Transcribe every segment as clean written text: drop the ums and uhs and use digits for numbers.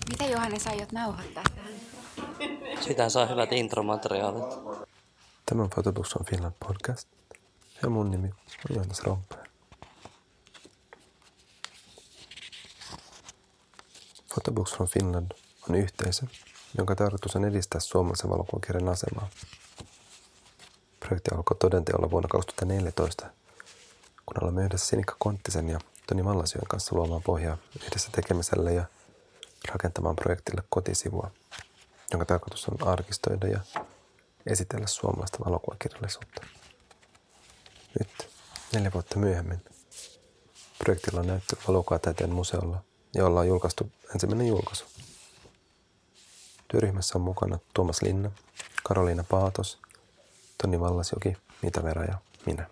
Miten Johannes aiot nauhoittaa tähän? Sitä saa hyvät intromateriaalit. Tämä on Photobooks from Finland podcast ja mun nimi on Johannes Rompää. Photobooks from Finland on yhteisö, jonka tarkoitus on edistää suomalaisen valokuvakirjan asemaa. Projekti alkoi todenteolla vuonna 2014, kun alamme yhdessä Sinikka Konttisen ja Toni Mallasjoen kanssa luomaan pohjaa yhdessä tekemiselle ja rakentamaan projektille kotisivua, jonka tarkoitus on arkistoida ja esitellä suomalaista valokuvakirjallisuutta. Nyt, 4 vuotta myöhemmin, projektilla on näyttely Valokuvataiteen museolla ja ollaan julkaistu ensimmäinen julkaisu. Työryhmässä on mukana Tuomas Linna, Karoliina Paatos, Toni Mallasjoki, Mita Vera ja minä.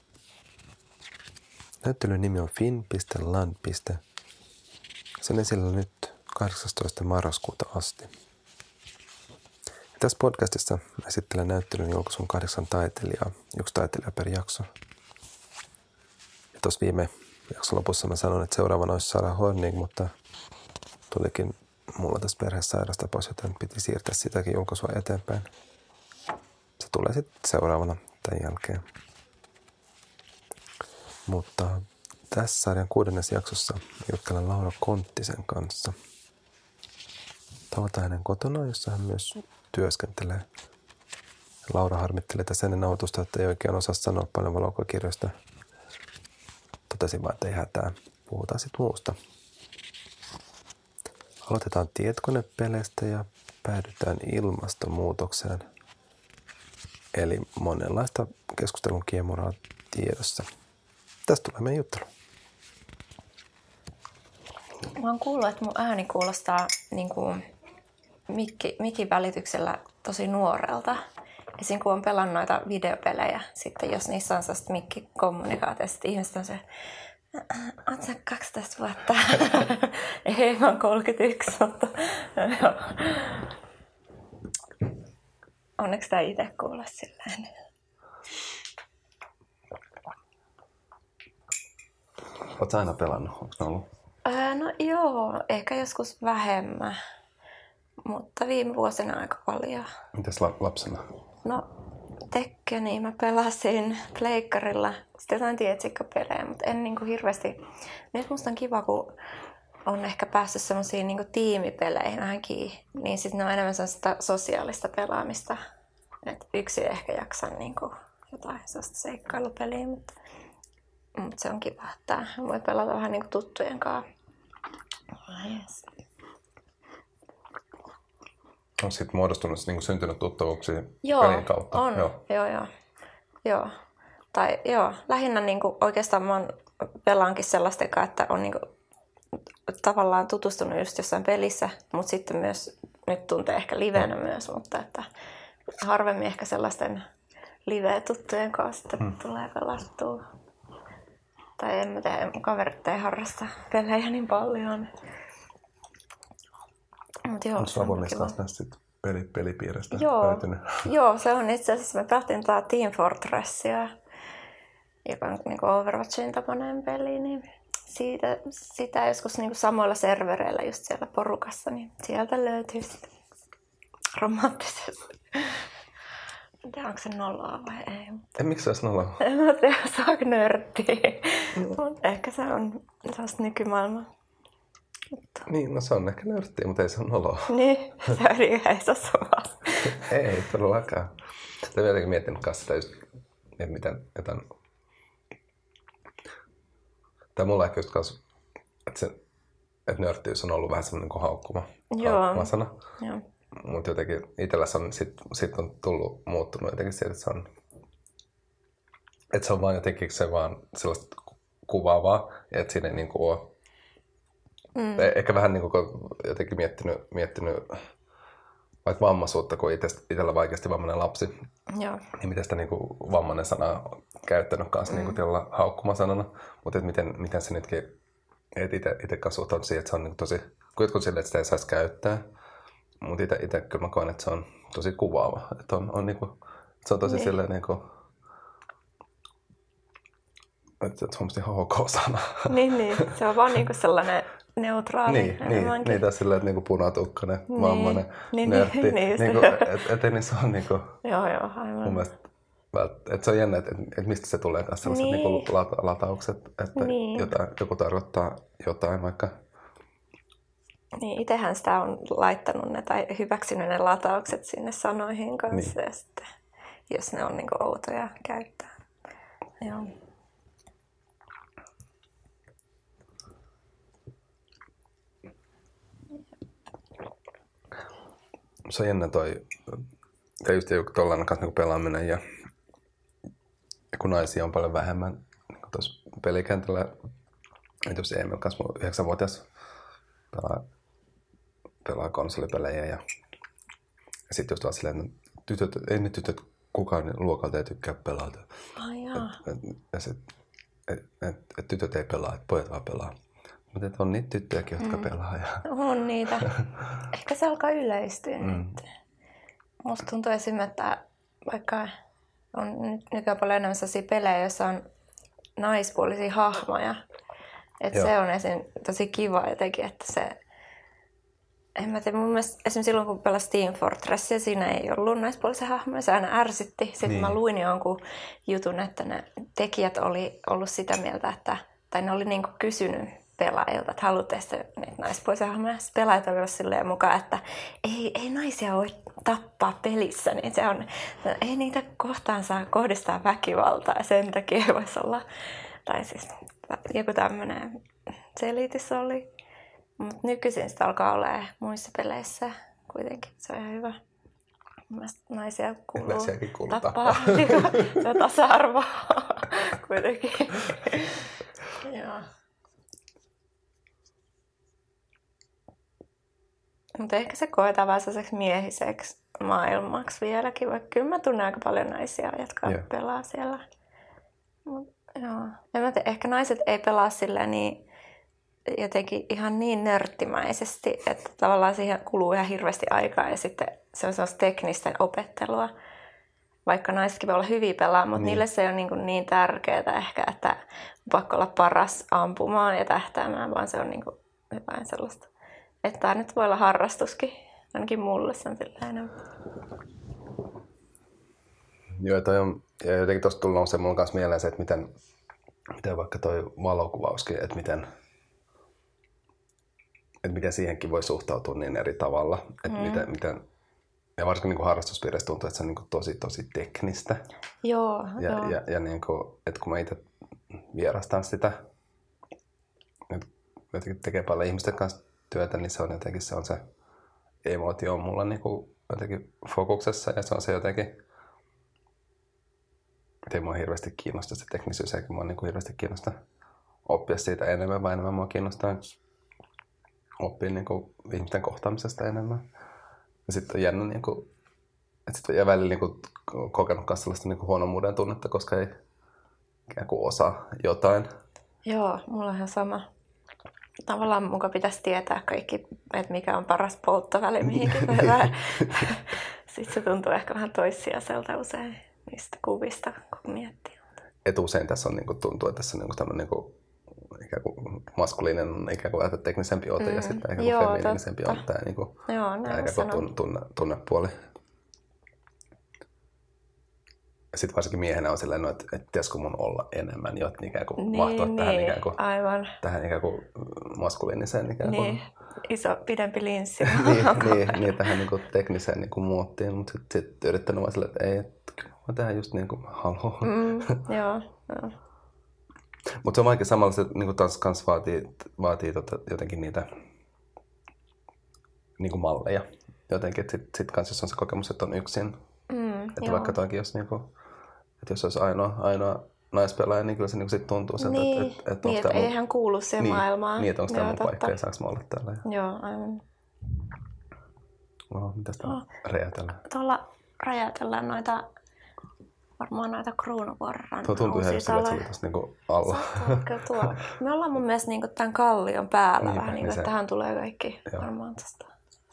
Näyttelyn nimi on fin.land. Se on esillä nyt 18. marraskuuta asti. Ja tässä podcastissa esittelen näyttelyn julkaisun 8 taiteilijaa, 1 taiteilija per jakso. Ja tuossa viime jakson lopussa mä sanoin, että seuraavana olisi Sarah Hornig, mutta tulikin mulla tässä perheessä sairastapaus, joten piti siirtää sitäkin julkaisua eteenpäin. Se tulee sitten seuraavana tämän jälkeen. Mutta tässä sarjan 6. jaksossa juttelen Laura Konttisen kanssa. Tavataan hänen kotonaan, jossa hän myös työskentelee. Laura harmittelee tässä ennen nauhoitusta, että ei oikein osaa sanoa paljon valokuvakirjoista. Totesin vaan, että ei hätää. Puhutaan sitten muusta. Aloitetaan tietokonepeleistä ja päädytään ilmastonmuutokseen. Eli monenlaista keskustelun kiemuraa tiedossa. Tästä tulee meidän juttelu. Mä oon kuullut, että mun ääni kuulostaa niin kuin mikin välityksellä tosi nuorelta. Esim. Kun on pelannut noita videopelejä, sitten jos niissä on sellaista mikkikommunikaatio, sitten ihmiset on se, oot sä 12 vuotta? Ei, mä oon 31, mutta onneksi tää itse kuulla silleen. Oletko aina pelannut? Onko ne ollut? No joo, ehkä joskus vähemmän, mutta viime vuosina aika paljon. Mites lapsena? No Tekkeni mä pelasin pleikkarilla, sitten jotain tietsikkapelejä, mutta en niinku hirveästi. Nyt musta on kiva, kun on ehkä päässyt semmoisiin niinku tiimipeleihin ainakin, niin sitten ne on enemmän sellaista sosiaalista pelaamista. Et yksi ehkä jaksan niinku jotain sellaista seikkailupeliä, mutta se on kiva, että voi pelata vähän niinku tuttujen kanssa. Yes. On sitten muodostunut niin syntynyt tuttavuuksia Joo, pelin kautta? On. Joo. Tai joo, lähinnä niinku oikeastaan mä pelaankin sellaista, että on niinku tavallaan tutustunut just jossain pelissä, mutta sitten myös nyt tuntee ehkä livenä myös, mutta että harvemmin ehkä sellaisten live-tuttujen kanssa tulee pelattua. Tai en mä tiedä, mun kaverit ei harrasta pelejä niin paljon. Mut joo, onko Savomies kanssa näistä pelipiiristä löytynyt? Joo, se on itse asiassa, me pelattiin Team Fortressia, joka on niinku Overwatchin tapainen peli, niin sitä joskus niinku samoilla servereillä just siellä porukassa, niin sieltä löytyy sitten romanttisesti. En tiedä, onko se noloa vai ei. Miksi se olisi noloa? En mä tiedä, saako nörttiä. Mutta ehkä se on sellaista nykymaailmaa. Niin, no se on ehkä nörttiä, mutta ei se ole noloa. Niin, se on yhdessä suvaa. Ei todellakaan. Sitten olen jotenkin miettinyt kanssa sitä just, että miten jotain. Tai mulla ehkä just kanssa, että nörttiys on ollut vähän semmoinen kuin haukkuma sana. Joo. Mutta jotenkin itsellä se on sit on muuttunut jotenkin siitä, että se on vaan jotenkin se vaan sellaista kuvaavaa, että siinä ei niinku ole. Ehkä vähän niinku jotenkin miettinyt vaikka vammaisuutta, kun itsellä vaikeasti vammainen lapsi. Joo. Niin miten sitä niinku vammainen sana on käyttänyt kanssa niinku tällä haukkumasanana. Mutta miten se nytkin, että itse kasvataan siihen, että se on niinku tosi, kun jotkut silleen, että sitä ei saisi käyttää. Mutta itse kyllä mä koen, että se on tosi kuvaava. Että on niinku, se on tosi silleen niinku, että se on musta ihan ok sana. Niin, se on vaan niinku sellainen neutraali enemmänkin. Niin, tässä silleen, että niinku punatukkainen, vammainen, nörtti. Niinku, et niissä on niinku... Joo, aivan. Mun mielestä, että se on jännä, että mistä se tulee kanssa sellaiset niinku lataukset, että joku tarkoittaa jotain vaikka... Niin, itsehän sitä on laittanut ne tai hyväksynyt ne lataukset sinne sanoihin kanssa ja sitten, jos ne on niinku outoja käyttää. Joo. Se on jännä toi just joku tollainen kanssa niinku pelaaminen ja kun naisia on paljon vähemmän niin tuossa pelikentällä, että jos Emil kanssa 9-vuotias pelaa konsolipelejä ja sitten just vaan silleen, että tytöt, ei ne tytöt, kukaan luokalta ei tykkää pelata. Et tytöt ei pelaa, että pojat vaan pelaa. Mutta on niitä tyttöjäkin, jotka pelaa. Ja... On niitä. Ehkä se alkaa yleistyä nyt. Musta tuntuu esimerkiksi, että vaikka on nykyään paljon enemmän sellaisia pelejä, joissa on naispuolisia hahmoja. Että se on tosi kiva jotenkin, että se... En mä tiedä, mun mielestä esimerkiksi silloin kun pelasin Team Fortressia, siinä ei ollut naispuolisia hahmoja, se aina ärsytti. Sitten mä luin jonkun jutun, että ne tekijät oli ollut sitä mieltä, että... Tai ne oli niinku kysynyt pelaajilta, että haluatte sitten niitä naispuolisia hahmoja. Sitten pelaajat olivat silleen mukaan, että ei naisia voi tappaa pelissä, niin se on... Ei niitä kohtaan saa kohdistaa väkivaltaa ja sen takia ei voisi olla... Tai siis joku tämmöinen selitys oli. Mutta nykyisin sitä alkaa olemaan muissa peleissä kuitenkin. Se on ihan hyvä. Mielestäni naisia kuuluu tappaa. Se on tasa-arvo kuitenkin. Joo. Mutta ehkä se koetaan vähän sellaiseksi miehiseksi maailmaksi vieläkin. Vaikka kyllä mä tunnen aika paljon naisia, jotka pelaa siellä. Joo. En mä tiedä, ehkä naiset ei pelaa silleen niin jotenkin ihan niin nörttimäisesti, että tavallaan siihen kuluu ihan hirveästi aikaa ja sitten se on sellaista teknisten opettelua. Vaikka naisetkin voi olla hyviä pelaa, mutta niille se on niin tärkeää ehkä, että on pakko olla paras ampumaan ja tähtäämään, vaan se on niin jotain sellaista. Että tämä nyt voi olla harrastuskin, ainakin mulle se on sellainen. Joo, toi on, ja jotenkin tuosta tullut se mulle kanssa mieleen se, että miten vaikka toi valokuvauskin, että miten siihenkin voi suhtautua niin eri tavalla. Että miten, ja varsinkin niin harrastuspiirissä tuntuu, että se on niin tosi teknistä. Joo. Ja niin kuin, että kun mä itse vierastan sitä, että jotenkin tekee paljon ihmisten kanssa työtä, niin se on jotenkin se emootio on mulla niin kuin jotenkin fokuksessa ja se on se jotenkin, että ei mua hirveästi kiinnosta se teknisyys, eikä mua niin kuin hirveästi kiinnosta oppia siitä enemmän, vaan enemmän mua kiinnostaa oppia niin kuin ihmisten kohtaamisesta enemmän. Ja sitten on jännä, niin kuin, että sitten on välillä niin kuin kokenut myös sellaista niin kuin huonommuuden tunnetta, koska ei ikään kuin osaa jotain. Joo, mulla on ihan sama. Tavallaan muka pitäisi tietää kaikki, että mikä on paras polttoväli mihinkin perään. Sitten se tuntuu ehkä vähän toissijaiselta usein niistä kuvista, kun miettii. Et usein tässä on, niin kuin, tuntuu, että tässä on niin tämmöinen niin ikään kuin maskuliininen ikään kuin vähän teknisempi ote ja sitten ikään kuin feminiinisempi on tämä niin kuin, tunnepuoli. Sitten varsinkin miehenä on sellainen, että pitäisikö mun olla enemmän, jotta ikään kuin mahtua tähän ikään kuin maskuliiniseen ikään kuin... Niin, iso, pidempi linssi. niin, tähän niin kuin tekniseen niin kuin muottiin, mutta sitten yrittänyt vaan silleen, että ei, mä tehdään just niin kuin haluan. Joo. Mutta se on vaikea samalla, se niin tanssi kanssa vaatii jotenkin niitä niin kuin malleja. Jotenkin, että sit kanssa jos on se kokemus, että on yksin. Että vaikka toikin, jos, niin kuin, että jos olisi ainoa naispelaaja, niin kyllä se niin sit tuntuu siltä, että niin, että eihän kuulu siihen maailmaan. Niin, että onko tämä mun paikka ja saanko mä olla täällä. Joo, aivan. Mitäs täällä räjäytellään? Tuolla räjäytellään varmaan noita Kruunuvuoren tuo tuntuu ihan sillä, että se oli tuossa niinku alla. Tuo. Me ollaan mun mielestä niinku tämän kallion päällä vähän, niin että tähän tulee kaikki varmaan tästä.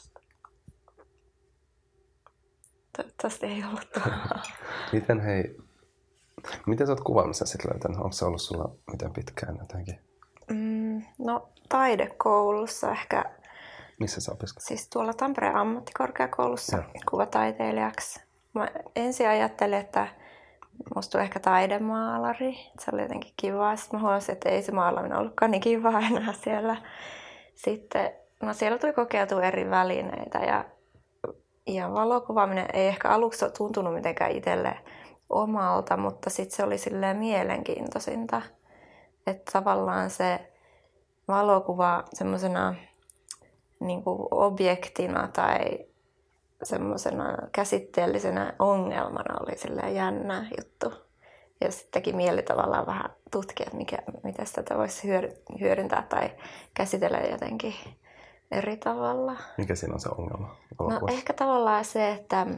Toivottavasti ei ollut tuolla. Miten sä oot kuvaamisen sitten löytänyt? Onko se ollut sulla miten pitkään jotenkin? No taidekoulussa ehkä. Missä sä opiskelet? Siis tuolla Tampereen ammattikorkeakoulussa Ja. kuvataiteilijaksi. Mä ensin ajattelin, että musta tulee ehkä taidemaalari. Se oli jotenkin kivaa. Sitten mä huomasin, että ei se maalaaminen ollutkaan niin kivaa enää siellä. Sitten siellä tuli kokeiltua eri välineitä ja valokuvaaminen ei ehkä aluksi ole tuntunut mitenkään itselle omalta, mutta sitten se oli silleen mielenkiintoisinta. Että tavallaan se valokuva semmoisena niin kuin objektina tai semmoisena käsitteellisenä ongelmana oli silleen jännä juttu. Ja sitten teki mieli tavallaan vähän tutkia, että miten tätä voisi hyödyntää tai käsitellä jotenkin eri tavalla. Mikä siinä on se ongelma? No ehkä tavallaan se, että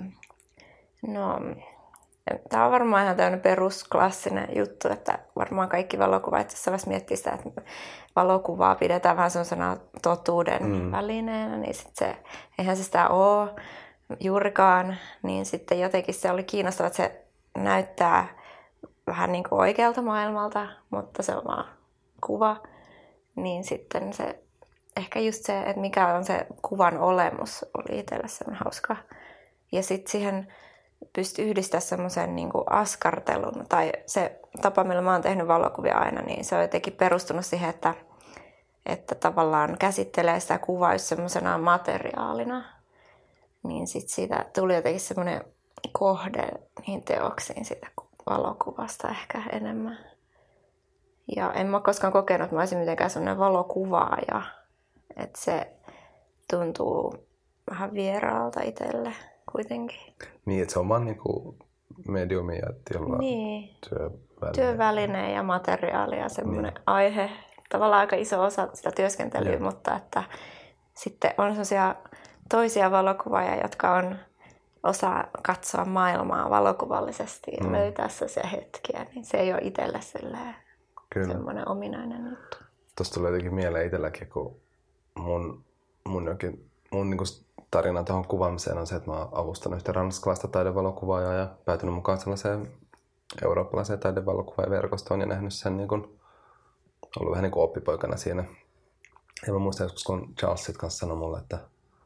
tämä on varmaan ihan tämmöinen perusklassinen juttu, että varmaan kaikki valokuvaajat jossain vaiheessa miettii sitä, että valokuvaa pidetään vähän semmoisena totuuden välineenä, niin eihän se sitä ole juurikaan, niin sitten jotenkin se oli kiinnostavaa, että se näyttää vähän niin kuin oikealta maailmalta, mutta se on vaan kuva, niin sitten se ehkä just se, että mikä on se kuvan olemus, oli itselle semmoinen hauska. Ja sitten siihen pystyi yhdistämään semmoisen niin kuin askartelun, tai se tapa, millä mä oon tehnyt valokuvia aina, niin se on jotenkin perustunut siihen, että tavallaan käsittelee sitä kuvaa just semmoisena materiaalina. Niin sitten siitä tuli jotenkin semmoinen kohde niihin teoksiin siitä valokuvasta ehkä enemmän. Ja en mä koskaan kokenut, että mä olisin mitenkään semmoinen valokuvaaja. Että se tuntuu vähän vieraalta itselle kuitenkin. Niin, että se on vaan niinku mediumi ja niin. työväline. Työväline ja materiaali ja semmoinen aihe. Tavallaan aika iso osa sitä työskentelyä, mutta että sitten on sellaisia toisia valokuvaajia, jotka osaa katsoa maailmaa valokuvallisesti ja löytää sellaisia hetkiä. Niin se ei ole itselle semmoinen ominainen juttu. Tuosta tulee jotenkin mieleen itselläkin, kun mun niinku tarina tuohon kuvaamiseen on se, että mä oon avustanut yhtä ranskalaista taidevalokuvaajaa ja päätynyt mukaan sellaiseen eurooppalaiseen taidevalokuvaajaverkostoon ja nähnyt sen niin kuin, ollut vähän niin kuin oppipoikana siinä. Ja mä muistan joskus, kun Charles sit kanssa sanoi mulle, että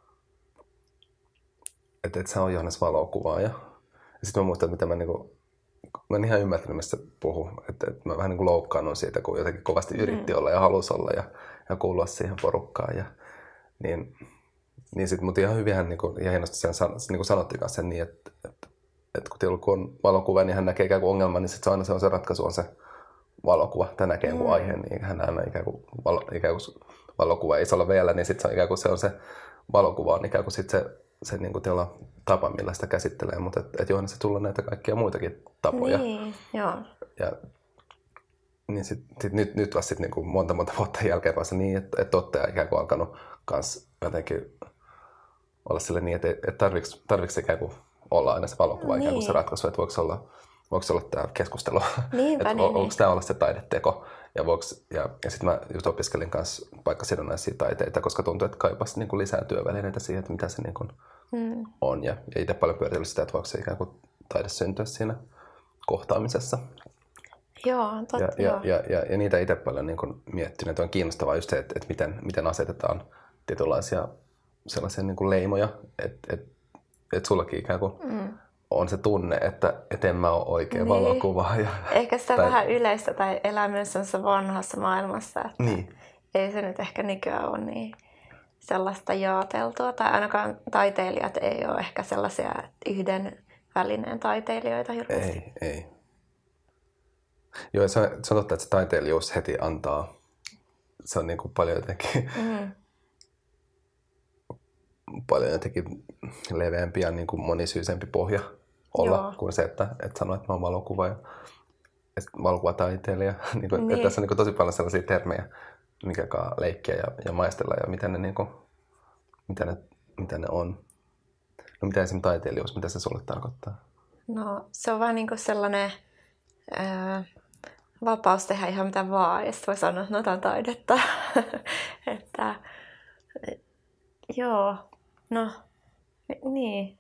sä oot Johannes valokuvaaja. Ja sitten mä muistan, että mä en ihan ymmärtänyt, mistä puhuu. Että mä vähän niin kuin loukkaannut siitä, kun jotenkin kovasti yritti olla ja halusi olla ja kuulua siihen porukkaan. Niin sitten mut ihan hyvin hän ja hienosti sen sanottiin kanssa sen niin, että kun on valokuva, niin hän näkee ikään kuin ongelman, niin sitten aina se ratkaisu on se valokuva. Tämä näkee jonkun aiheen, niin hän aina ikään kuin valokuva ei isolla vielä, niin sitten se on se valokuva on ikään kuin sitten se niin kuin tapa, millä sitä käsittelee, mutta Johannessa tulla näitä kaikkia muitakin tapoja. Niin, joo. Ja niin nyt vasta niin kuin monta vuotta jälkeen vasta niin, että ottaja ikään kuin alkanut kans jotenkin olla sille niin, että tarviiko ikään kuin olla aina se valokuva ikään kuin se ratkaisu, että voiko olla tämä keskustelu, että onko tämä olla se taideteko. Ja sitten mä just opiskelin kanssa paikkasidonnaisia taiteita, koska tuntui, että kaipasi niin kuin lisää työvälineitä siihen, että mitä se niin kuin on. Ja itse paljon pyöritellyt sitä, että voiko se ikään kuin taide syntyä siinä kohtaamisessa. Joo, totta. Ja niitä itse paljon niin kuin miettinyt, että on kiinnostavaa just se, että miten asetetaan tietynlaisia sellaisia niin kuin leimoja, että sullakin ikään kuin on se tunne, että en mä ole oikea valokuvaaja. Ehkä sitä vähän yleistä tai elää myös vanhassa maailmassa. Että ei se nyt ehkä nykyään ole niin sellaista jaoteltua. Tai ainakaan taiteilijat ei ole ehkä sellaisia yhden välineen taiteilijoita hirveästi. Ei. Joo, se on totta, että se taiteilijuus heti antaa. Se on niin kuin paljon jotenkin... paljon jotenkin leveämpi ja niin kuin monisyisempi pohja olla kuin se, että sanoo, että mä oon valokuvaaja, valokuvataiteilija. Että tässä on niin kuin tosi paljon sellaisia termejä, mikä leikkiä ja maistella ja mitä ne on. No mitä esimerkiksi taiteilijuus, mitä se sulle tarkoittaa? No se on vaan niin kuin sellainen vapaus tehdä ihan mitä vaan ja sitten voi sanoa, että otan taidetta. Että joo. No, niin.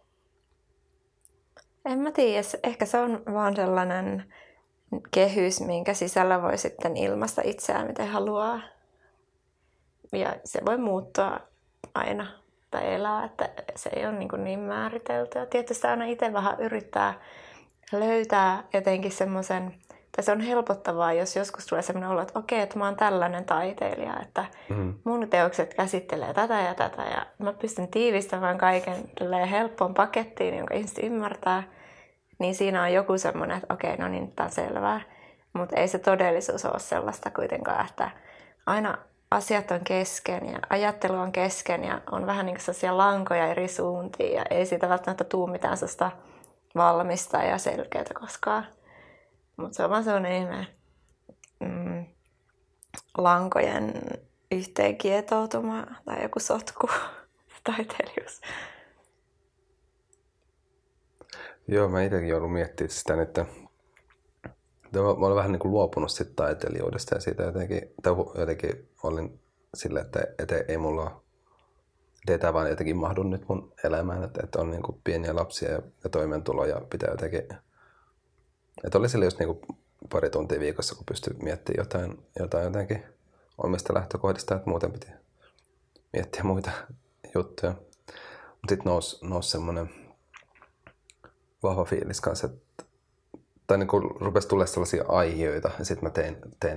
En mä tiedä. Ehkä se on vaan sellainen kehys, minkä sisällä voi sitten ilmaista itseään, miten haluaa. Ja se voi muuttua aina tai elää, että se ei ole niin määriteltyä. Tietysti aina itse vähän yrittää löytää jotenkin semmoisen, tai se on helpottavaa, jos joskus tulee semmoinen olo, että okei, että mä oon tällainen taiteilija, että mun teokset käsittelee tätä ja tätä, ja mä pystyn tiivistämään kaiken helppoon pakettiin, jonka ihmiset ymmärtää, niin siinä on joku semmoinen, että okei, no niin, tämä on selvää. Mutta ei se todellisuus ole sellaista kuitenkaan, että aina asiat on kesken ja ajattelu on kesken ja on vähän niin kuin sellaisia lankoja eri suuntiin ja ei siitä välttämättä tule mitään sellaista valmista ja selkeää koskaan. Mutta se on vaan sellainen ihme lankojen yhteen kietoutuma tai joku sotku taiteilijuus. Joo, mä itsekin joudun miettimään sitä, että mä olen vähän niin kuin luopunut siitä taiteilijuudesta ja siitä jotenkin olin silleen, että ei mulla ei tämä vaan jotenkin mahdu nyt mun elämään, että on niin kuin pieniä lapsia ja toimeentulo ja pitää jotenkin, että oli sille just niin kuin pari tuntia viikossa, kun pystyi miettimään jotain jotenkin omista lähtökohdista, että muuten piti miettiä muita juttuja. Mutta sitten nousi semmoinen vahva fiilis kanssa, tai niin kuin rupesi tulemaan sellaisia aiheita, ja sitten mä tein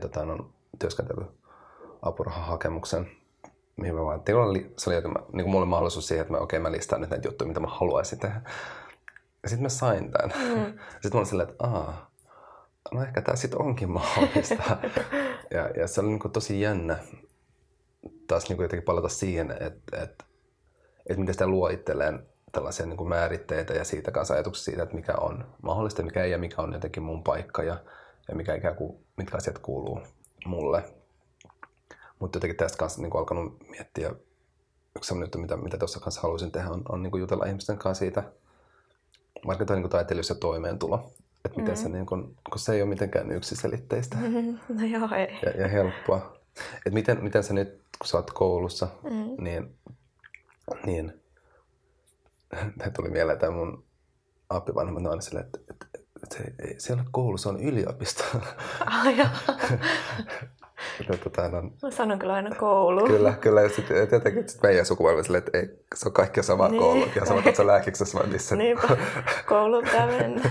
työskentelyapurahahakemuksen, mihin mä vaan se oli niin kuin mulle mahdollisuus siihen, että mä listaan nyt näitä juttuja, mitä mä haluaisin tehdä. Ja sitten mä sain tämän. Sitten mä olin silleen, että no ehkä tää sitten onkin mahdollista. ja se oli niin kuin tosi jännä taas niin kuin jotenkin palata siihen, että miten sitä luo itselleen tällaisia niin kuin määritteitä ja siitä kanssa ajatuksia siitä, että mikä on mahdollista, mikä ei ja mikä on jotenkin mun paikka ja mitkä asiat kuuluu mulle. Mutta jotenkin tästä kanssa niin kuin alkanut miettiä, yksi sellainen juttu, mitä tuossa kanssa haluaisin tehdä, on niin kuin jutella ihmisten kanssa siitä, vaikka toi niin taiteilijuus ja toimeentulo, että miten se, niin kuin, kun se ei ole mitenkään yksiselitteistä No joo, ei. Ja helppoa. Että miten sä nyt, kun sä oot koulussa, niin tuli mieleen tämä mun appivanhemmat aina silleen, että se ei ole koulu, se on yliopisto. Mä sanon kyllä aina koulu. Kyllä. Ja sitten jotenkin meidän sukupolvi silleen, että ei, se on kaikki sama koulu. Ihan sama, että se lääkiksessä vai missä. Niinpä, kouluun pitää mennä.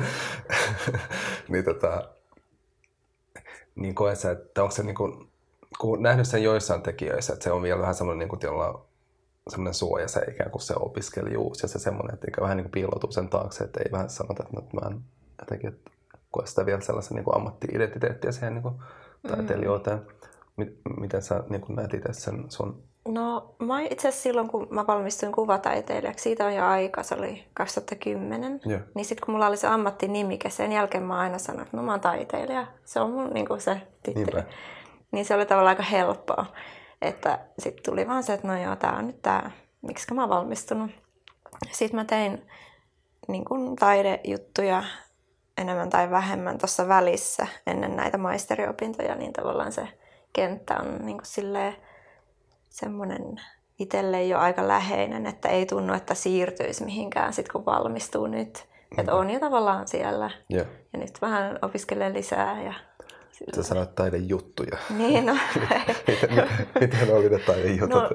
niin koen sä, että onko se niin kuin, kun nähnyt sen joissain tekijöissä, että se on vielä vähän semmoinen, niin kuin, semmoinen suoja se ikään kuin se opiskelijuus ja se semmoinen, että vähän niin kuin piiloutuu sen taakse, että ei vähän sanota, että mä en jotenkin koe sitä vielä sellaisen niin kuin ammatti-identiteettiä siihen niin kuin taiteilijuuteen. Miten sä niin kuin näet itse sen sun? No mä itse asiassa silloin, kun mä valmistuin kuvataiteilijaksi, siitä on jo aika, se oli 2010. Yeah. Niin sitten kun mulla oli se ammattinimike, sen jälkeen mä aina sanoin, että mä oon taiteilija. Se on mun niin kuin se titteli. Niin se oli tavallaan aika helppoa. Että sitten tuli vaan se, että no joo, tää on nyt tää, miksi mä oon valmistunut. Sitten mä tein niin kuin taidejuttuja enemmän tai vähemmän tuossa välissä ennen näitä maisteriopintoja, niin tavallaan se kenttä on niin kuin silleen semmoinen itselle jo aika läheinen, että ei tunnu, että siirtyisi mihinkään sit kun valmistuu nyt. Että on jo tavallaan siellä. Yeah. Ja nyt vähän opiskelen lisää. Ja sä sanoit taidejuttuja. Niin, no. Miten oli ne taidejutut?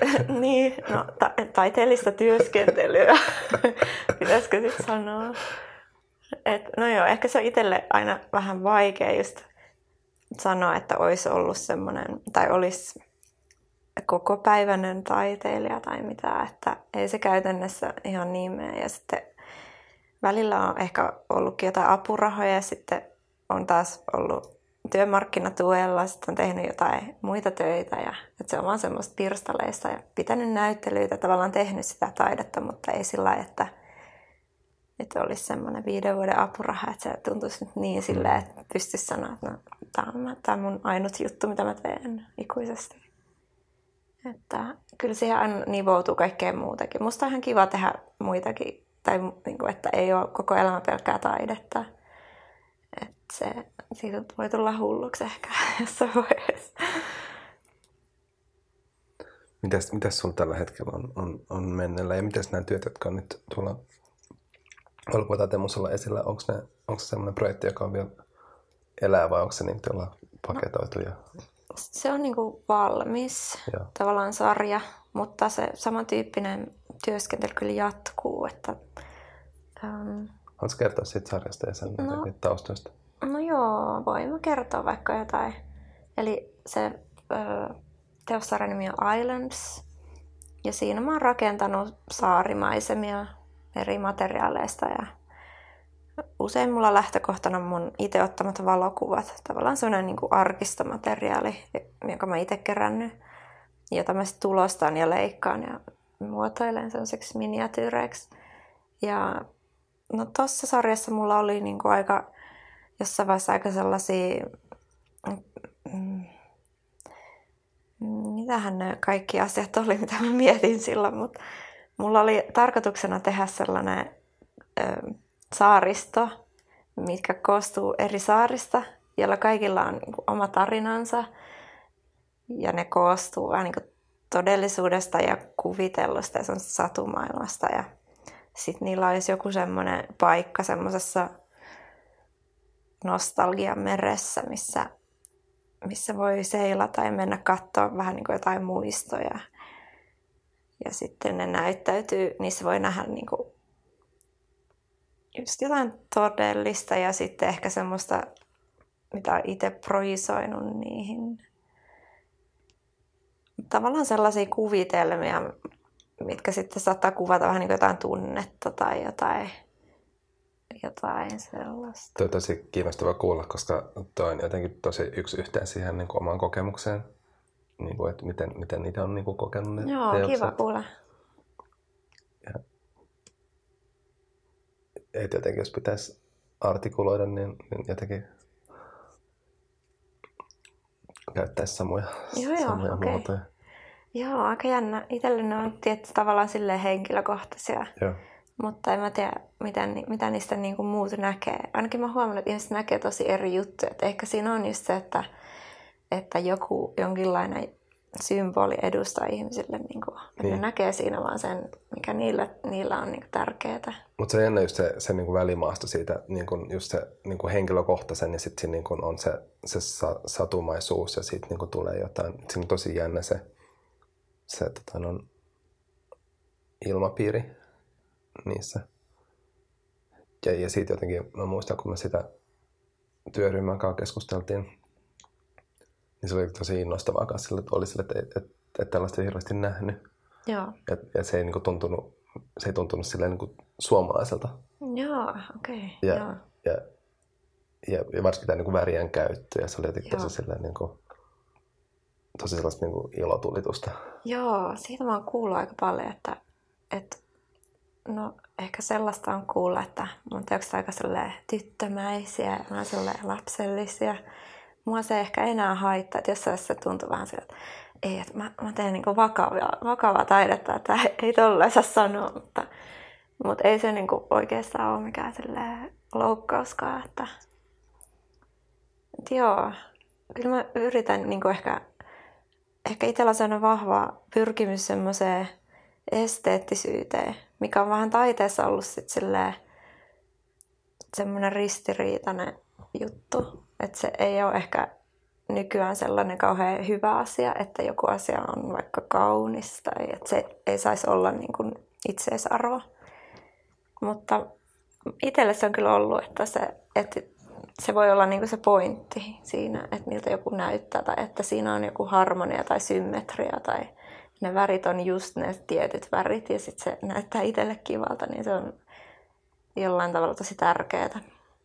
Taiteellista työskentelyä. Pitäisikö sitten sanoa? No joo, ehkä se on itselle aina vähän vaikea just sanoa, että olisi ollut semmoinen, tai olisi kokopäiväinen taiteilija tai mitä, että ei se käytännössä ihan niin mene. Ja sitten välillä on ehkä ollutkin jotain apurahoja ja sitten on taas ollut työmarkkinatuella, sitten on tehnyt jotain muita töitä ja että se on vaan semmoista pirstaleista ja pitänyt näyttelyitä, tavallaan tehnyt sitä taidetta, mutta ei sillä lailla, että olisi semmoinen 5 vuoden apuraha, että se tuntuisi nyt niin silleen, että pystyisi sanoa, että no, tämä on mun ainut juttu, mitä mä teen ikuisesti. Että kyllä siihen aina nivoutuu kaikkea muutakin. Musta on ihan kiva tehdä muitakin, tai niin kuin, että ei ole koko elämä pelkkää taidetta. Että siitä voi tulla hulluksi ehkä jossain vaiheessa. Mitäs sulla tällä hetkellä on mennellä ja mitäs nämä työt, jotka on nyt tuolla Valokuvataitemusalla esillä, onko se semmoinen projekti, joka on vielä elää vai onko se niin tuolla paketoitu? Se on niinku valmis Joo. tavallaan sarja, mutta se samantyyppinen työskentely kyllä jatkuu. Että, Haluatko kertoa siitä sarjasta ja sen taustoista? no joo, voin mä kertoa vaikka jotain. Eli se teossarjan nimi on Islands. Ja siinä mä oon rakentanut saarimaisemia eri materiaaleista. Ja usein mulla lähtökohtana mun itse ottamat valokuvat. Tavallaan sellainen niin kuin arkistomateriaali, jonka mä itse kerännyt. Jota mä sitten tulostan ja leikkaan ja muotoilen sellaiseksi miniatyyreiksi. Ja no tossa sarjassa mulla oli niinku jossain vaiheessa aika sellaisia, mitähän ne kaikki asiat oli, mitä mä mietin silloin, mutta mulla oli tarkoituksena tehdä sellainen saaristo, mitkä koostuu eri saarista, joilla kaikilla on niinku oma tarinansa ja ne koostuu vähän niinku todellisuudesta ja kuvitellusta ja satumaailmasta ja sitten niillä olisi joku semmoinen paikka semmoisessa nostalgian meressä, missä voi seilata ja mennä katsoa vähän niin kuin jotain muistoja. Ja sitten ne näyttäytyy, niissä voi nähdä niin kuin just jotain todellista ja sitten ehkä semmoista, mitä on itse projisoinut niihin. Tavallaan sellaisia kuvitelmia, mitkä sitten saattaa kuvata vähän niin kuin jotain tunnetta tai jotain sellaista. Tuo on tosi kiinnostava kuulla, koska tuo on jotenkin tosi yksi yhteen siihen niin kuin omaan kokemukseen. Niin kuin, että miten niitä on niin kuin kokenut ne Joo, teokset. kiva kuulla. Ja, et jotenkin, jos pitäisi artikuloida, niin jotenkin käyttäisi samoja okay. muotoja. Joo, aika jännä. Itselle ne on tietysti tavallaan silleen henkilökohtaisia. Joo. Mutta en mä tiedä, mitä niistä niinku muut näkee. Ainakin mä huomannut, että ihmiset näkee tosi eri juttuja. Et ehkä siinä on just se, että joku jonkinlainen symboli edustaa ihmisille. Niinku, että ne näkee siinä vaan sen, mikä niillä on niinku tärkeää. Mutta se on jännä just se niinku välimaasto siitä, niinku just se niinku henkilökohtaisen ja sitten niinku on se satumaisuus ja sitten niinku tulee jotain. Siinä on tosi jännä se ilmapiiri niissä. Ja siitä jotenkin, mä muistan, kun me sitä työryhmän kanssa keskusteltiin, niin se oli tosi innostavaa kanssa sille, että oli sille, että tällaista ei hirveästi nähnyt. Joo. Ja se ei niinku tuntunut silleen niinku suomalaiselta. Joo, okei. Okay. Ja varsinkin tämä niinku värien käyttö, ja se oli jotenkin tosi silleen niinku tosi sellaista niinku ilotulitusta. Joo, siitä mä oon kuullut aika paljon, että no ehkä sellaista on kuulla, että mun teokset aika tyttömäisiä ja mä lapsellisia. Mua se ehkä enää haittaa, että jossain se tuntuu vähän siltä, että ei, että mä teen niinku vakavaa taidetta, että ei tolleen saa sanoa, mutta ei se niinku oikeastaan ole mikään loukkauskaan. Että joo, kyllä mä yritän niinku ehkä itsellä on sellainen vahva pyrkimys semmoiseen esteettisyyteen, mikä on vähän taiteessa ollut semmoinen ristiriitainen juttu. Että se ei ole ehkä nykyään sellainen kauhean hyvä asia, että joku asia on vaikka kaunis tai että se ei saisi olla niin kuin itseisarvo. Mutta itselle se on kyllä ollut, että se voi olla niin kuin se pointti siinä, että miltä joku näyttää tai että siinä on joku harmonia tai symmetria tai ne värit on just ne tietyt värit ja sitten se näyttää itselle kivalta, niin se on jollain tavalla tosi tärkeää.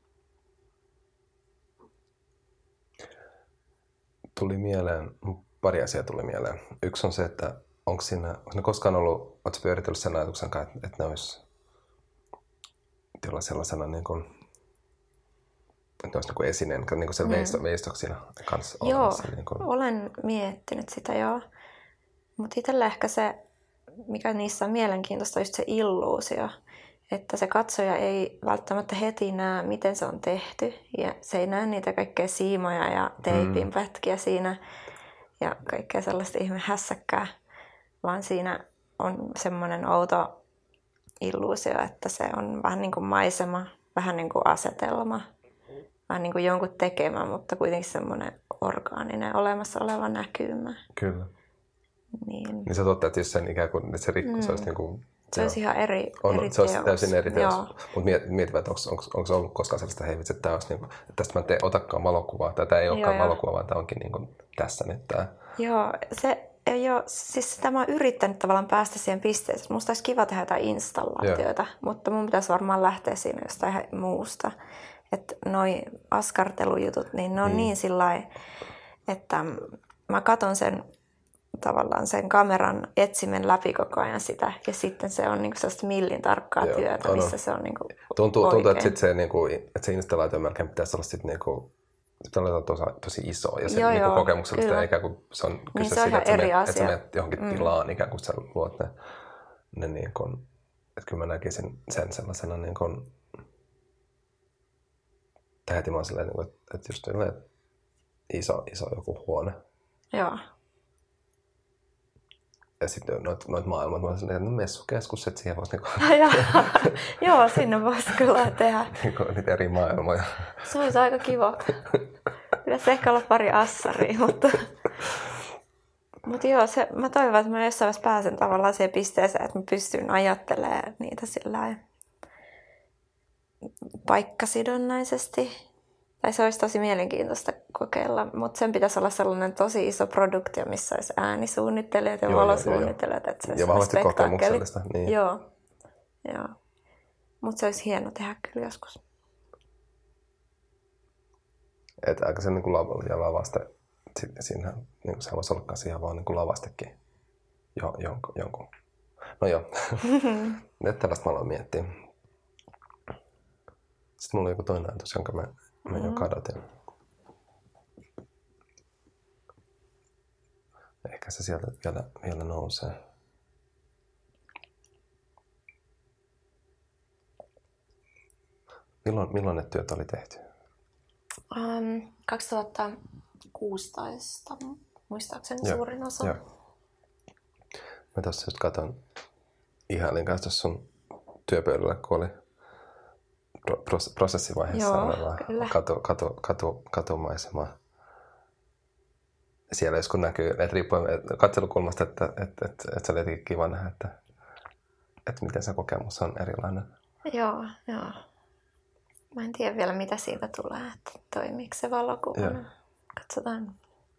Pari asiaa tuli mieleen. Yksi on se, että onko ne koskaan ollut, oletko pyöritellyt sen ajatuksen kanssa, että ne olisi sellaisena niin kuin, että ne olisi niin kuin esineen, niin kuin sen veistoksina kanssa olemassa. Joo, niin kuin. Olen miettinyt sitä joo. Mutta itsellä ehkä se, mikä niissä on mielenkiintoista, on just se illuusio. Että se katsoja ei välttämättä heti näe, miten se on tehty. Ja se ei näe niitä kaikkea siimoja ja teipin pätkiä siinä ja kaikkea sellaista ihme hässäkkää. Vaan siinä on semmoinen outo illuusio, että se on vähän niin kuin maisema, vähän niin kuin asetelma. vähän niin kuin jonkun tekemä, mutta kuitenkin semmoinen orgaaninen olemassa oleva näkymä. Kyllä. Niin Niin sä totta, että jos sen ikään kuin, että se rikko, se olisi niin kuin... se olisi ihan eri se olisi täysin eri teos. Joo. Mutta mietin, että onko se ollut koskaan sellaista heivitse, että tämä olisi niin kuin, että tästä mä en otakaan valokuvaa, tai tämä ei olekaan valokuva, vaan tämä onkin niin kuin tässä nyt tämä. Joo, siis sitä mä oon yrittänyt tavallaan päästä siihen pisteeseen. Musta olisi kiva tehdä jotain installaatioita, mutta mun pitäisi varmaan lähteä siinä jostain ihan muusta. Että noi askartelujutut, niin ne on niin sillai, että mä katon sen tavallaan sen kameran etsimen läpi koko ajan sitä, ja sitten se on niinku sellaista millin tarkkaa työtä, missä se on niinku tuntuu, että sit se, niinku, että se installaatio melkein pitäisi olla sit niinku, tosi iso, ja se niinku kokemuksellista, eikä kun se on kyse niin siitä, että sä menet johonkin tilaan, ikään kuin sä luot ne niinku, että kyllä mä näkisin sen sellaisena niinku, tai heti mä oon silleen, että just iso joku huone. Joo. Ja sitten noit maailmat, mä oon silleen, että messukeskus, että siihen voisi niinku... Joo, sinne voisi kyllä tehdä. Niitä eri maailmoja. Se olisi aika kiva. Pitäisi ehkä olla pari assaria, mutta joo, mä toivon, että mä jossain vaiheessa pääsen tavallaan siihen pisteeseen, että mä pystyn ajattelemaan niitä sillä paikkasidonnaisesti. Tai se olisi tosi mielenkiintoista kokeilla, mutta sen pitäisi olla sellainen tosi iso produktio, missä olisi äänisuunnittelijat ja valosuunnittelijat. Että se ja vahvasti kokemuksellista. Niin. Joo. Mutta se olisi hieno tehdä kyllä joskus. Että aika se niin ja lavaste, siinä niin se voisi ollakaan siihen vaan niin lavastekin jonkun. No joo, nyt tällaista mä aloin miettiä. Sitten mulla oli joku toinen ajatus, jonka mä jo kadotin. Ehkä se sieltä vielä nousee. Milloin ne työt oli tehty? 2016, muistaakseni suurin osa. Joo. Mä tossa just katon ihailin kanssa sun työpöydällä, kun oli prosessivaiheessa olevaa katumaisemaa. Siellä joskus näkyy, että riippuen katselukulmasta, että se oli jotenkin kiva nähdä, että miten se kokemus on erilainen. Joo. Mä en tiedä vielä, mitä siitä tulee, että toimiiko se valokuvana. Katsotaan.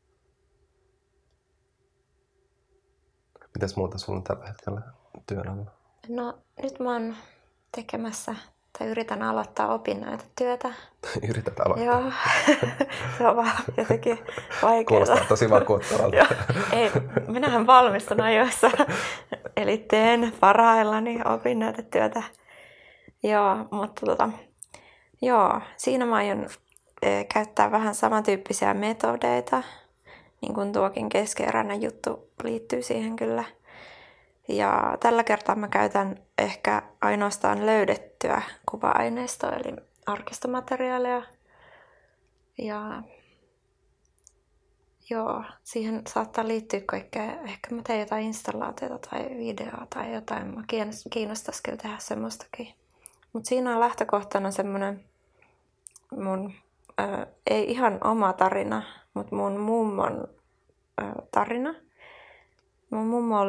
Mitäs muuta sulla on tällä hetkellä työn alla? No, nyt mä oon tekemässä tai yritän aloittaa opinnäytetyötä. Yrität aloittaa? Joo. Se on vaan jotenkin vaikeaa. Kuulostaa tosi vakuuttavalta. Ei, minähän valmistun ajoissa. Eli teen parhaillani opinnäytetyötä. Joo, mutta siinä mä aion käyttää vähän samantyyppisiä metodeita. Niin kuin tuokin keskeeräinen juttu liittyy siihen kyllä. Ja tällä kertaa mä käytän ehkä ainoastaan löydettyä kuva-aineistoa, eli arkistomateriaalia. Ja siihen saattaa liittyä kaikkea. Ehkä mä teen jotain installaatiota tai videoa tai jotain. Mä kiinnostaisi kyllä tehdä semmoistakin. Mutta siinä on lähtökohtana semmoinen mun, ei ihan oma tarina, mutta mun mummon tarina. Mun mummo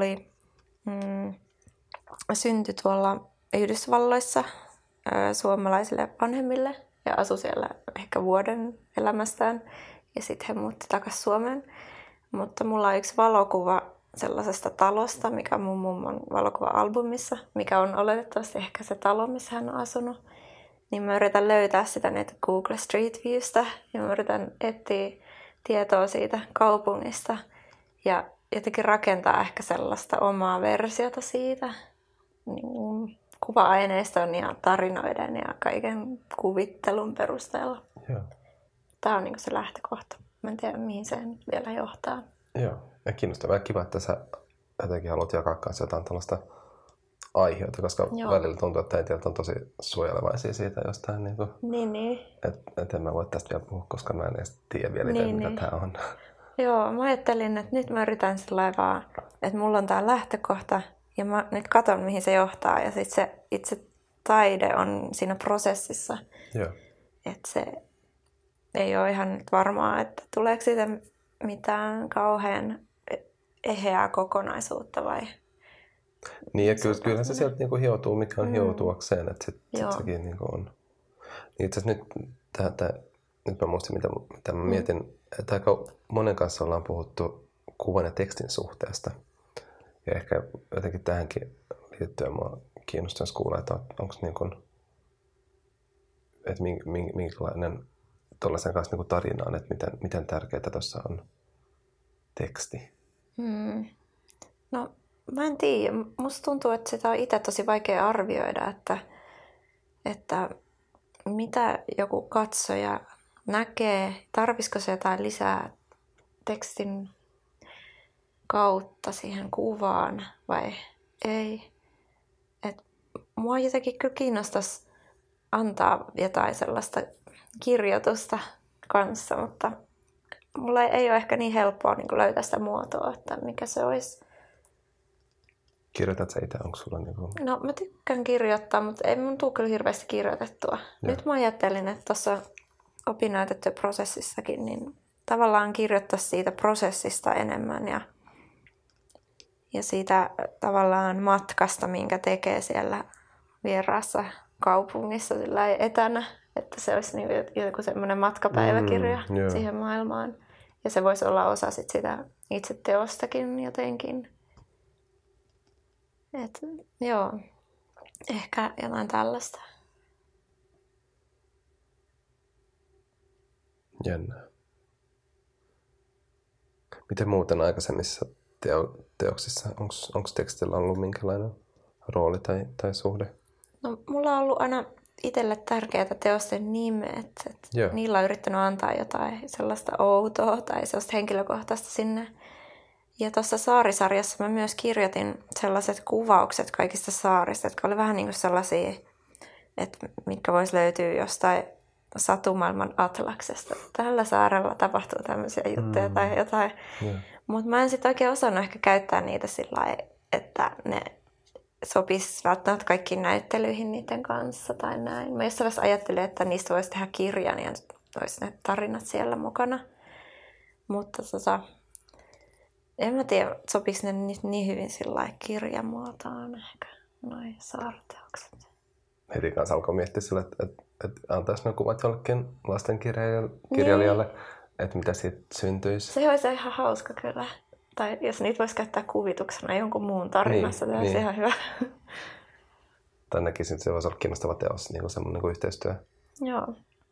syntyi tuolla Yhdysvalloissa suomalaisille vanhemmille ja asui siellä ehkä vuoden elämästään. Ja sitten he muutti takaisin Suomeen. Mutta mulla on yksi valokuva sellaisesta talosta, mikä on mun mummon valokuva-albumissa, mikä on oletettavasti ehkä se talo, missä hän on asunut. Niin mä yritän löytää sitä näitä Google Street Viewstä ja mä yritän etsiä tietoa siitä kaupungista ja jotenkin rakentaa ehkä sellaista omaa versiota siitä niin kuva-aineiston ja tarinoiden ja kaiken kuvittelun perusteella. Joo. Tämä on niin se lähtökohta. Mä en tiedä, mihin se vielä johtaa. Joo, ja kiinnostavaa ja kiva, että sä jotenkin haluat jakaa kanssa jotain tällaista aiheita, koska välillä tuntuu, että äitiät on tosi suojelevaisia siitä jostain. Niin. Että en mä voi tästä vielä puhua, koska mä en edes tiedä vielä itse, mitä tää on. Joo, mä ajattelin, että nyt mä yritän sillä vaan, että mulla on tää lähtökohta ja mä nyt katon, mihin se johtaa. Ja sitten se itse taide on siinä prosessissa. Joo. Että se ei ole ihan nyt varmaa, että tuleeko siitä mitään kauhean eheää kokonaisuutta vai... Niin, ja kyllä se sieltä niinku hioutuu, mikä on hioutuakseen, että sit sekin niinku on. Niin itse asiassa nyt mä muistin, mitä mä mietin, että aika monen kanssa ollaan puhuttu kuvan ja tekstin suhteesta. Ja ehkä jotenkin tähänkin liittyen mua kiinnostaisi kuulla, että onko niin kuin, että minkälainen tuollaisen kanssa niin tarina on, että miten tärkeää tuossa on teksti. No mä en tiedä. Musta tuntuu, että sitä on itse tosi vaikea arvioida, että mitä joku katsoja näkee, tarvisiko se jotain lisää tekstin kautta siihen kuvaan vai ei. Et mua jotenkin kyllä kiinnostaisi antaa jotain sellaista kirjoitusta kanssa, mutta mulla ei ole ehkä niin helppoa niin löytää sitä muotoa, että mikä se olisi. Kirjoitat sä itse? Onko sulla niinku... No mä tykkään kirjoittaa, mutta ei mun tule kyllä hirveästi kirjoitettua. Ja. Nyt mä ajattelin, että tuossa opinnäytetyöprosessissakin niin tavallaan kirjoittaisi siitä prosessista enemmän ja siitä tavallaan matkasta, minkä tekee siellä vieraassa kaupungissa etänä. Että se olisi niin joku semmoinen matkapäiväkirja siihen maailmaan. Ja se voisi olla osa sitä itse teostakin jotenkin. Et, joo, ehkä jotain tällaista. Jännää. Miten muuten aikaisemmissa teoksissa, onko tekstillä ollut minkälainen rooli tai suhde? No, mulla on ollut aina itselle tärkeää teosten nimet. Niillä on yrittänyt antaa jotain sellaista outoa tai sellaista henkilökohtaista sinne. Ja tuossa saarisarjassa mä myös kirjoitin sellaiset kuvaukset kaikista saarista, jotka oli vähän niin kuin sellaisia, että mitkä vois löytyä jostain satumaailman atlaksesta. Tällä saarella tapahtuu tämmöisiä juttuja tai jotain. Mutta mä en sitten oikein osannut ehkä käyttää niitä sillä lailla, että ne sopisi välttämättä kaikkiin näyttelyihin niiden kanssa tai näin. Mä jossain vaiheessa ajattelin, että niistä voisi tehdä kirjan ja olisi ne tarinat siellä mukana. Mutta en mä tiedä, sopisi ne niin hyvin sillä kirjamuotoon ehkä, noi saarteokset. Heti kanssa alkoi miettiä sillä, että antaisi ne kuvat jollekin lastenkirjailijalle, että mitä siitä syntyisi. Se olisi ihan hauska kyllä. Tai jos niitä voisi käyttää kuvituksena jonkun muun tarinassa, niin olisi ihan hyvä. Tai näkisin, että se voisi olla kiinnostava teos, niin kuin semmoinen niin yhteistyö. Joo.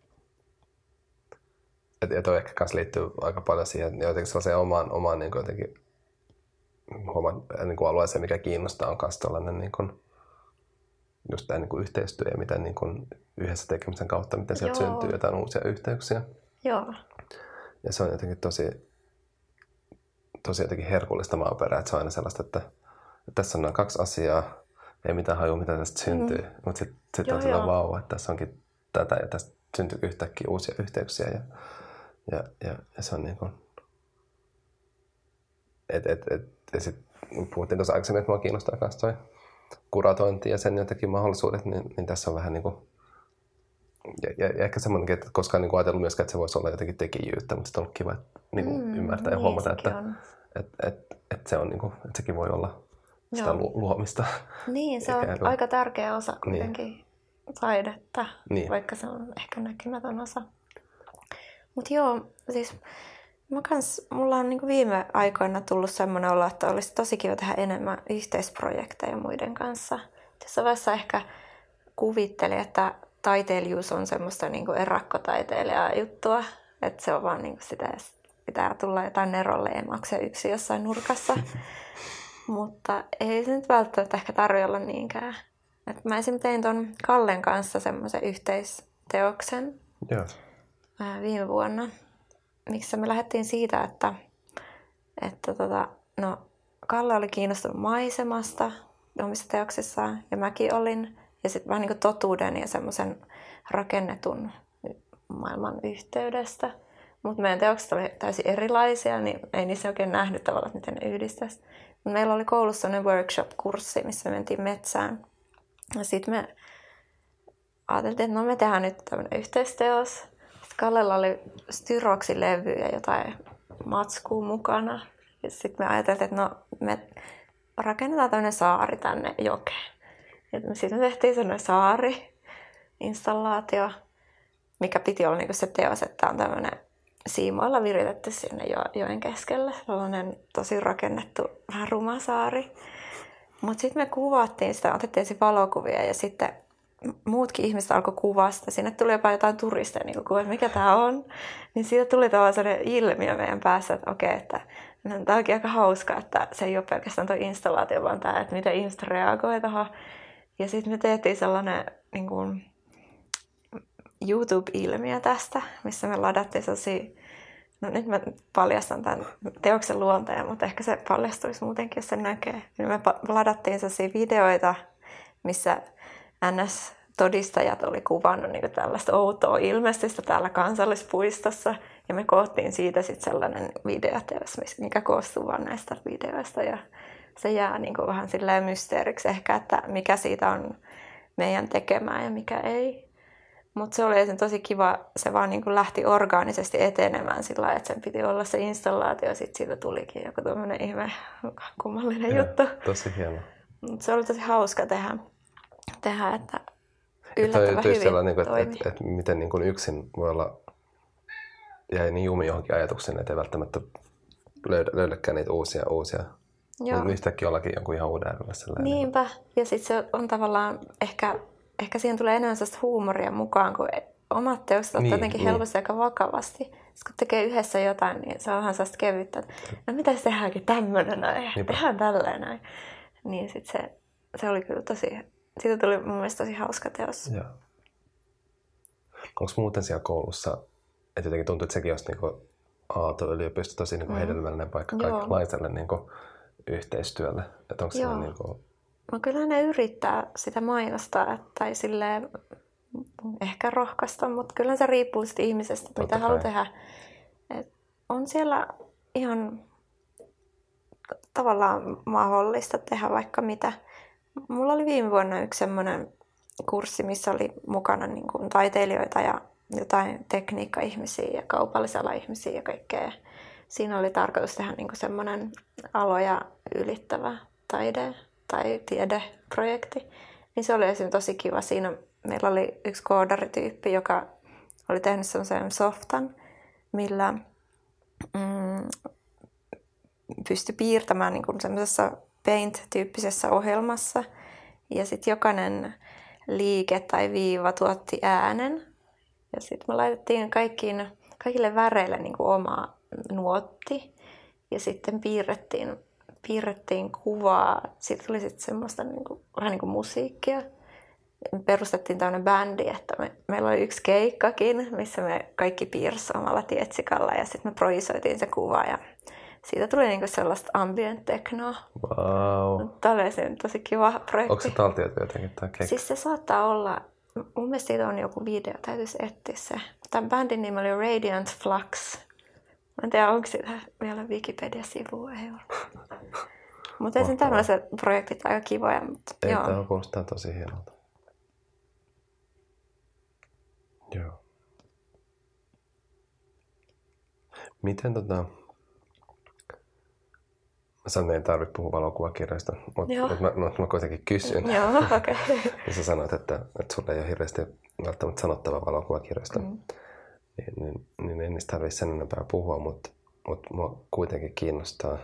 Ja toi ehkä kanssa liittyy aika paljon siihen jotenkin sellaiseen omaan niin kuin jotenkin niin kuin alueeseen, mikä kiinnostaa, on myös tällainen niin kuin, just tämä niin kuin yhteistyö ja miten niin kuin yhdessä tekemisen kautta, miten sieltä syntyy jotain uusia yhteyksiä. Joo. Ja se on jotenkin tosi jotenkin herkullista maaperää, että se on aina sellaista, että tässä on nämä kaksi asiaa, ei mitään hajua, mitä tästä syntyy, mutta sitten on sellainen vauva, että tässä onkin tätä ja tästä syntyy yhtäkkiä uusia yhteyksiä ja se on niin kuin, ja sitten puhuttiin tuossa aikaisemmin, että minua kiinnostaa myös toi kuratointi ja sen jotenkin mahdollisuudet, niin tässä on vähän niin kuin, ja ehkä semmoinenkin, että koskaan niin ajatellut myöskään, että se voisi olla jotenkin tekijyyttä, mutta sitten on ollut kiva niin ymmärtää ja huomata, että se on niin kuin, että sekin voi olla sitä luomista. Niin, se on aika tärkeä osa kuitenkin taidetta, vaikka se on ehkä näkymätön osa. Mutta joo, siis mulla on niin kuin viime aikoina tullut semmoinen olo, että olisi tosi kiva tehdä enemmän yhteisprojekteja muiden kanssa. Tässä vaiheessa ehkä kuvittelin, että taiteilijuus on semmoista niin kuin erakkotaiteilijaa juttua, että se on vaan niin kuin sitä, pitää tulla jotain nerolleemauksia yksi jossain nurkassa. Mutta ei se nyt välttämättä ehkä tarvitse olla niinkään. Et mä esimerkiksi tein ton Kallen kanssa semmoisen yhteisteoksen viime vuonna, missä me lähdettiin siitä, että Kalle oli kiinnostunut maisemasta omissa teoksissaan ja mäkin olin. Ja sitten vähän niin kuin totuuden ja semmoisen rakennetun maailman yhteydestä. Mutta meidän teokset oli täysin erilaisia, niin ei niissä oikein nähnyt tavallaan, miten ne yhdistäisi. Meillä oli koulussa sellainen workshop-kurssi, missä mentiin metsään. Ja sitten me ajateltiin, että me tehdään nyt tämmöinen yhteisteos. Sitten Kallella oli styroksilevy ja jotain matskua mukana. Ja sitten me ajateltiin, että no, me rakennetaan tämmöinen saari tänne jokeen. Sitten me tehtiin sellainen saari-installaatio, mikä piti olla niinku se teos, että on tämmöinen siimoilla viritetty sinne joen keskelle. Sellainen tosi rakennettu, vähän ruma saari. Mutta sitten me kuvattiin sitä, otettiin valokuvia ja sitten muutkin ihmiset alkoi kuvaa sitä. Sinne tuli jopa jotain turisteja, niin kuvaa, että mikä tämä on. Niin siitä tuli tavallaan sellainen ilmiö meidän päässä, että okei, että tämä onkin aika hauska, että se ei ole pelkästään tuo installaatio, vaan tämä, että miten ihmiset reagoi tuohon. Ja sitten me tehtiin sellainen niin kuin YouTube-ilmiö tästä, missä me ladattiin sellaisia, no nyt mä paljastan tämän teoksen luonteen, mutta ehkä se paljastuisi muutenkin, jos sen näkee. Me ladattiin sellaisia videoita, missä NS-todistajat oli kuvannut niin tällaista outoa ilmestystä täällä kansallispuistossa. Ja me koottiin siitä sitten sellainen videoteos, mikä koostuu vaan näistä videoista. Ja se jää niin vähän silleen mysteeriksi ehkä, että mikä siitä on meidän tekemää ja mikä ei. Mutta se oli tosi kiva, se vaan niin lähti orgaanisesti etenemään sillä lailla, että sen piti olla se installaatio, ja sitten siitä tulikin joku tämmöinen ihme kummallinen juttu. Tosi hieno. Mut se oli tosi hauska tehdä että yllättävän hyvin toimi. Että miten niin yksin voi olla, jäi niin jumi johonkin ajatukseen, että ei välttämättä löydäkään niitä uusia. Joo. Yhtäkkiä ollakin jonkun ihan uuden äärellä. Niinpä, ja sitten se on tavallaan ehkä siihen tulee enemmän sellaista huumoria mukaan, kun omat teokset ottaa jotenkin helposti aika vakavasti. Sitten kun tekee yhdessä jotain, niin se on vähän sellaista kevyttä, että no mitäs tehdäänkin tämmöinen näin, tehdään tälleen näin. Niin sitten se oli kyllä siitä tuli mun mielestä tosi hauska teos. Joo. Onko muuten siellä koulussa, että jotenkin tuntuu, että sekin olisi niin Aalto-yliopisto tosi niin hedelmällinen paikka kaikenlaiselle niin yhteistyölle? Että onko siellä niin kuin... No kyllä ne yrittää sitä mainostaa, tai silleen ehkä rohkaista, mutta kyllä se riippuu sitten ihmisestä, mitä haluaa tehdä. Et on siellä ihan tavallaan mahdollista tehdä vaikka mitä. Mulla oli viime vuonna yksi semmoinen kurssi, missä oli mukana niin kuin taiteilijoita ja jotain tekniikka-ihmisiä ja kaupallisala ihmisiä ja kaikkea. Siinä oli tarkoitus tehdä niin kuin semmoinen aloja ylittävä taide- tai tiedeprojekti. Niin se oli esimerkiksi tosi kiva. Siinä meillä oli yksi koodarityyppi, joka oli tehnyt semmoisen softan, millä pystyi piirtämään niin kuin semmoisessa Paint-tyyppisessä ohjelmassa. Ja sitten jokainen liike tai viiva tuotti äänen. Ja sitten me laitettiin kaikille väreille niin kuin oma nuotti. Ja sitten piirrettiin kuvaa. Siitä tuli sitten semmoista vähän niin kuin musiikkia. Me perustettiin tämmöinen bändi, että meillä oli yksi keikkakin, missä me kaikki piirsi omalla tietsikalla. Ja sitten me projisoitiin se kuva ja siitä tuli niinku sellaista ambient technoa. Wow. Tämä oli tosi kiva projekti. Onko se taltioitu jotenkin tämä keikka? Siis se saattaa olla, mun mielestä siitä on joku video, täytyisi etsiä se. Tämän bändin nimi oli Radiant Flux. Mä en tiedä, onko siitä vielä Wikipedia-sivua, ei ole. Mutta esim. Tämmöiset projektit aika kivoja. Ei, tämä kuulostaa tosi hienolta. Joo. Miten mä sanon, että ei tarvitse puhua valokuvakirjoista, mutta mä kuitenkin kysyn. Joo, okei. Ja sä sanoit, että sulla ei ole hirveästi välttämättä sanottavaa valokuvakirjoista. Niin ei niistä tarvitse sen enempää puhua, mutta mua kuitenkin kiinnostaa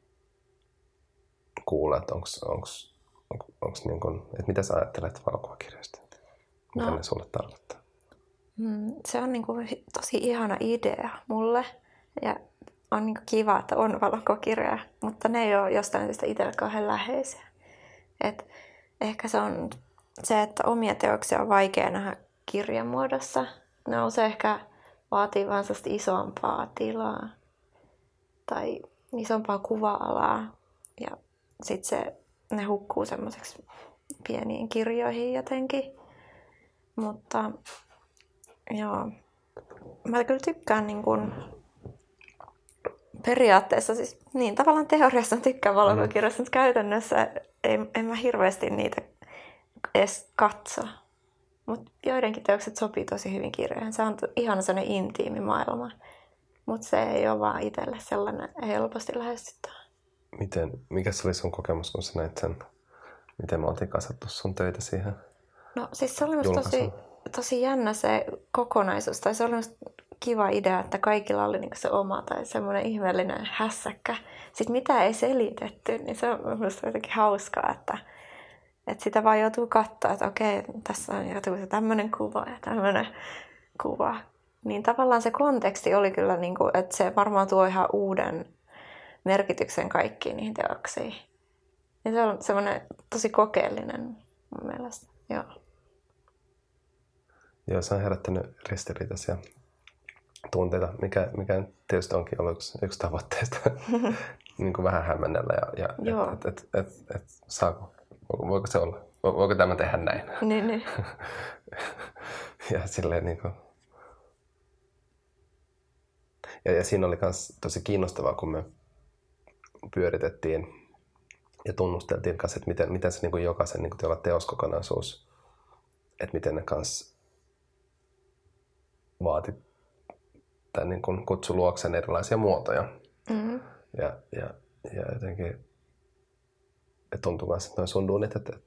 kuulla, että onko niin kuin, että mitä sä ajattelet valokuvakirjoista? Mitä ne sulle tarkoittaa? Se on niin kuin tosi ihana idea mulle ja on niin kuin kiva, että on valokuvakirjoja, mutta ne ei ole jostain syystä itselle kauhean läheisiä. Et ehkä se on se, että omia teoksia on vaikea nähdä kirjan muodossa. Ne usein ehkä vaatii vaan sellaista isompaa tilaa tai isompaa kuva-alaa ja sitten ne hukkuu semmoiseksi pieniin kirjoihin jotenkin. Mutta joo, mä kyllä tykkään niin kuin periaatteessa, siis niin tavallaan teoriassa tykkään valokuvakirjoista, mutta käytännössä en mä hirveästi niitä edes katso. Mutta joidenkin teokset sopii tosi hyvin kirjoihin. Se on ihana sellainen intiimi maailma. Mutta se ei ole vaan itselle sellainen helposti lähestyttävä. Mikä se oli sun kokemus, kun sä näit sen? Miten me oltiin kasattu sun töitä siihen? No siis se oli musta tosi jännä se kokonaisuus. Tai se oli musta kiva idea, että kaikilla oli niinku se oma tai semmoinen ihmeellinen hässäkkä. Sitten mitä ei selitetty, niin se on musta jotenkin hauskaa, että sitä vaan joutuu katsoa, että okei, tässä on joku tämmöinen kuva ja tämmöinen kuva. Niin tavallaan se konteksti oli kyllä, niinku, että se varmaan tuo ihan uuden merkityksen kaikkiin niihin teoksiin. Ja se on semmoinen tosi kokeellinen mun mielestä. Joo. Joo, se on herättänyt ristiriitaisia tunteita, mikä tietysti onkin ollut yksi tavoitteista niin kuin vähän hämmennellä. Voiko se olla? Voiko tämä tehdä näin? Niin. Ja silleen niin kuin... Ja siinä oli myös tosi kiinnostavaa, kun me pyöritettiin ja tunnusteltiin kanssa, että miten se niin kuin jokaisen niin kuin teoskokonaisuus, että miten ne kanssa vaati tämän niin kuin kutsuluoksen erilaisia muotoja. Mm-hmm. Ja jotenkin että tuntui myös, että noin sun duunit, että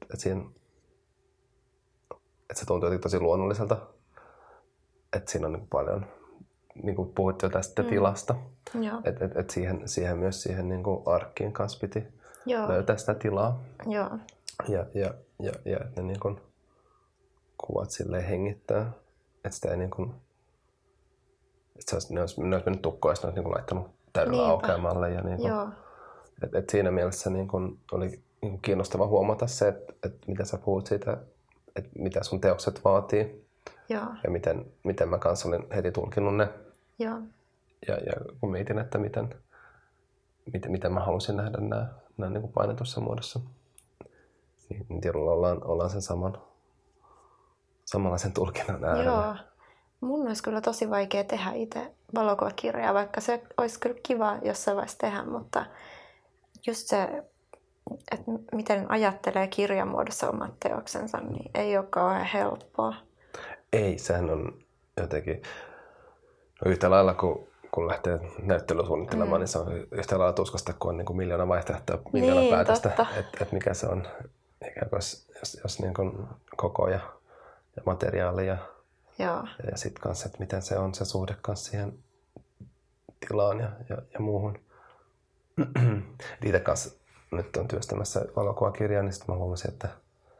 se tuntui jotenkin tosi luonnolliselta, että siinä on niin paljon, niin kuin puhuttiin jo tästä tilasta, että siihen myös siihen niin kuin arkkiin kanssa piti löytää sitä tilaa. Joo. Ja ne niin kuin kuvat silleen hengittää, että sitä ei niin kuin, että ne olisi mennyt tukkoon ja sitten olisi niin kuin laittanut täydellä aukeamalle. Ja niin kuin, että siinä mielessä niin kuin oli niin kuin kiinnostava huomata se, että mitä sä puhut siitä, että mitä sun teokset vaatii. Joo. Ja miten mä kanssa olin heti tulkinnut ne. Joo. Ja kun mietin, että miten mä halusin nähdä nämä niin kuin painetussa muodossa, niin tiedolla ollaan sen samanlaisen tulkinnan äärellä. Joo. Mun olisi kyllä tosi vaikea tehdä itse valokuvakirjaa, vaikka se olisi kyllä kiva jossain vaiheessa tehdä, mutta just se, että miten ajattelee kirjamuodossa omat teoksensa, niin ei ole kauhean helppoa. Ei, sehän on jotenkin yhtä lailla, kun lähtee näyttelyä suunnittelemaan, niin se on yhtä lailla tuskasta, kun on niin kuin miljoona vaihtoehtoa, miljoona päätöstä, että mikä se on, ikään kuin jos niin kuin koko ja materiaali ja sitten kanssa, että miten se on se suhde kanssa siihen tilaan ja muuhun. Itse kanssa nyt on työstämässä valokuvakirjaa, niin sitten mä huomasin, että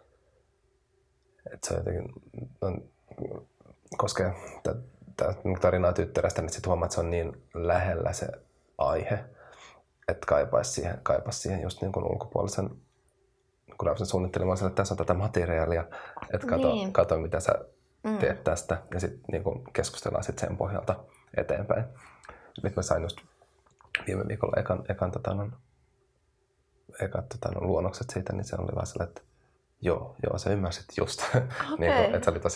se on jotenkin, koskee tarinaa tyttärestä, niin sitten huomaa, että se on niin lähellä se aihe, että kaipaisi siihen just niin kuin ulkopuolisen, kun lähdin suunnittelemaan sille, että tässä on tätä materiaalia, että kato mitä sä teet tästä, ja sitten niin keskustellaan sit sen pohjalta eteenpäin. Nyt mä sain just viime viikolla ekan luonnokset siitä, niin se oli vaan sellainen, että joo, sä ymmärsit just. Okay. Niin kuin, että se oli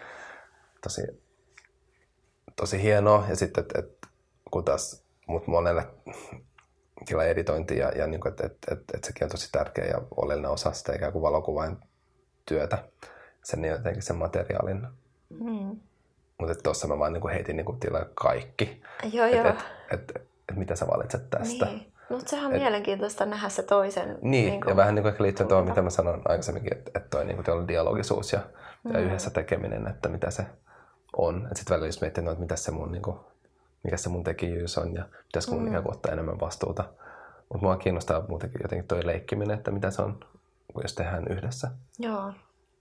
tosi hienoa. Ja sitten, että kun taas monelle tilaa editointi ja niin kuin, että sekin on tosi tärkeä ja oleellinen osa sitä ikään kuin valokuvain työtä. Sen jotenkin sen materiaalin. Mutta tuossa mä vaan niin kuin heitin niin kuin tilaa kaikki. Joo. Että mitä sä valitset tästä. Niin. Mutta sehän on mielenkiintoista nähdä se toisen. Niin ja vähän niin kuin ehkä liittyen tuohon, mitä mä sanoin aikaisemminkin, että toi niin kuin dialogisuus ja yhdessä tekeminen, että mitä se on. Että sitten välillä just miettii, että mitä se mun, niin kuin, mikä se mun tekijyys on ja pitäisikö mun ikään kuin ottaa enemmän vastuuta. Mutta mua kiinnostaa muutenkin jotenkin toi leikkiminen, että mitä se on, jos tehdään yhdessä. Joo.